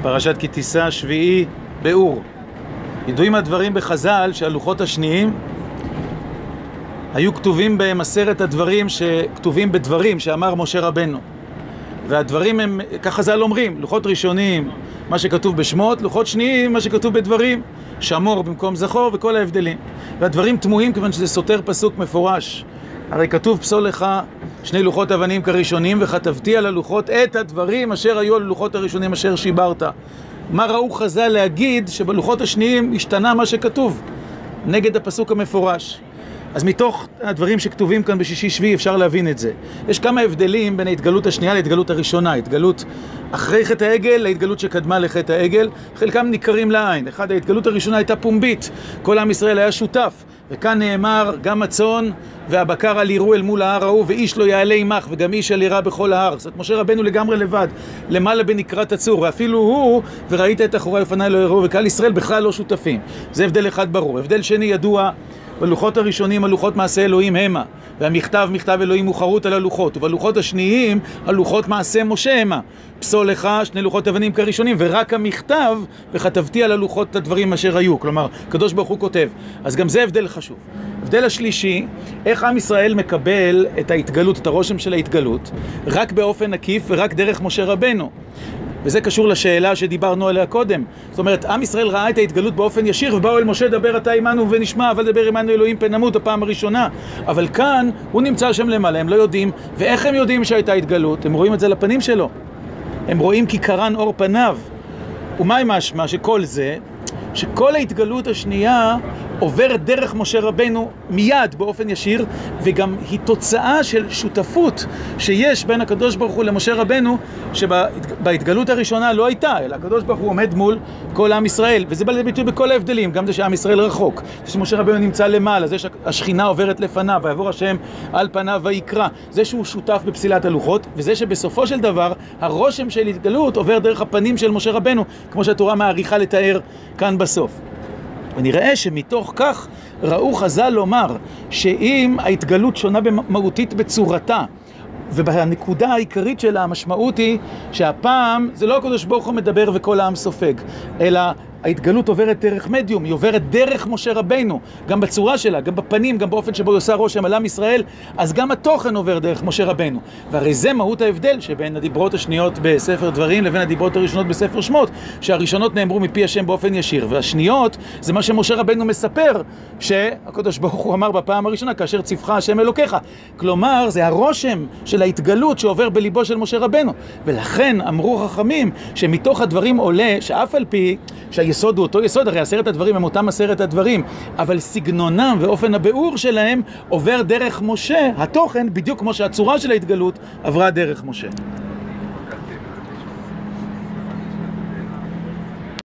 פרשת כי תישא שביעי באור. ידועים הדברים בחז"ל שהלוחות השניים היו כתובים בהם 10 הדברים שכתובים בדברים שאמר משה רבנו. והדברים הם, כך חז"ל אומרים, לוחות ראשונים מה שכתוב בשמות, לוחות שניים מה שכתוב בדברים, שמור במקום זכור וכל ההבדלים. והדברים תמוהים כיוון שזה סותר פסוק מפורש. הרי כתוב פסול לך 2 לוחות אבנים כראשונים וכתבתי על הלוחות את הדברים אשר היו על לוחות הראשונים אשר שיברת. מה ראו חז"ל להגיד שבלוחות השניים השתנה מה שכתוב נגד הפסוק המפורש? אז מתוך הדברים שכתובים כאן בשישי שביעי אפשר להבין את זה. יש כמה הבדלים בין ההתגלות השנייה להתגלות הראשונה. התגלות אחרי חטא העגל להתגלות שקדמה לחטא העגל. חלקם ניכרים לעין. אחד, ההתגלות הראשונה הייתה פומבית. כל עם ישראל היה שותף. וכאן נאמר גם הצאן והבקר על יראו אל מול ההר ההוא ואיש לא יעלה עמך וגם איש אל ירא בכל ההר. זאת אומרת, משה רבנו לגמרי לבד, למעלה בנקרת הצור, ואפילו הוא וראית את אחורי לפני לא יראו, וקהל ישראל בכלל לא שותפים. זה הבדל אחד ברור. הבדל שני ידוע, בלוחות הראשונים הלוחות מעשה אלוהים המה, והמכתב מכתב אלוהים הוא חרוט על הלוחות, ובלוחות השניים הלוחות מעשה משה המה. פסול לך 2 לוחות אבנים כראשונים, ורק המכתב וכתבתי על הלוחות את הדברים אשר היו. כלומר, קדוש ברוך הוא כותב. אז גם זה הבדל חשוב. הבדל השלישי, איך עם ישראל מקבל את ההתגלות, את הרושם של ההתגלות, רק באופן עקיף ורק דרך משה רבנו. וזה קשור לשאלה שדיברנו עליה קודם. זאת אומרת, עם ישראל ראה את ההתגלות באופן ישיר, ובאו אל משה, דבר אתה עמנו ונשמע, אבל דבר עמנו אלוהים פן נמות, הפעם הראשונה. אבל כאן הוא נמצא שם למעלה, הם לא יודעים. ואיך הם יודעים שהייתה התגלות? הם רואים את זה לפנים שלו. הם רואים כי קרן אור פניו. ומה עם משמע שכל זה? שכל ההתגלות השנייה עוברת דרך משה רבנו מיד באופן ישיר, וגם היא תוצאה של שותפות שיש בין הקדוש ברוך הוא למשה רבנו, שבהתגלות הראשונה לא הייתה, אלא הקדוש ברוך הוא עומד מול כל עם ישראל, וזה בא לביטוי בכל ההבדלים, גם זה שעם ישראל רחוק, זה שמשה רבנו נמצא למעלה, זה שהשכינה עוברת לפניו, ויעבור השם על פניו ויקרא, זה שהוא שותף בפסילת הלוחות, וזה שבסופו של דבר הרושם של התגלות עובר דרך הפנים של משה רבנו, כמו שהתורה מעריכה לתאר כאן בסוף. ונראה שמתוך כך ראו חז"ל לומר שאם ההתגלות שונה במהותית בצורתה, ובנקודה העיקרית שלה המשמעות היא שהפעם זה לא הקדוש ברוך הוא מדבר וכל העם סופג, אלא ההתגלות עוברת דרך מדיום, היא עוברת דרך משה רבנו, גם בצורה שלה, גם בפנים, גם באופן שבו היא עושה רושם על עם ישראל, אז גם התוכן עובר דרך משה רבנו. והרי זה מהות ההבדל שבין הדיברות השניות בספר דברים לבין הדיברות הראשונות בספר שמות, שהראשונות נאמרו מפי השם באופן ישיר, והשניות זה מה שמשה רבנו מספר, שהקדוש ברוך הוא אמר בפעם הראשונה, כאשר ציווך השם אלוקיך. כלומר, זה הרושם של ההתגלות שעובר בליבו של משה רבנו. ולכן אמרו חכמים שמתוך הדברים עולה שאף על פי שהיסוד הוא אותו יסוד, הרי 10 הדברים הם אותם 10 הדברים, אבל סגנונם ואופן הביאור שלהם עובר דרך משה, התוכן בדיוק כמו שהצורה של ההתגלות עברה דרך משה.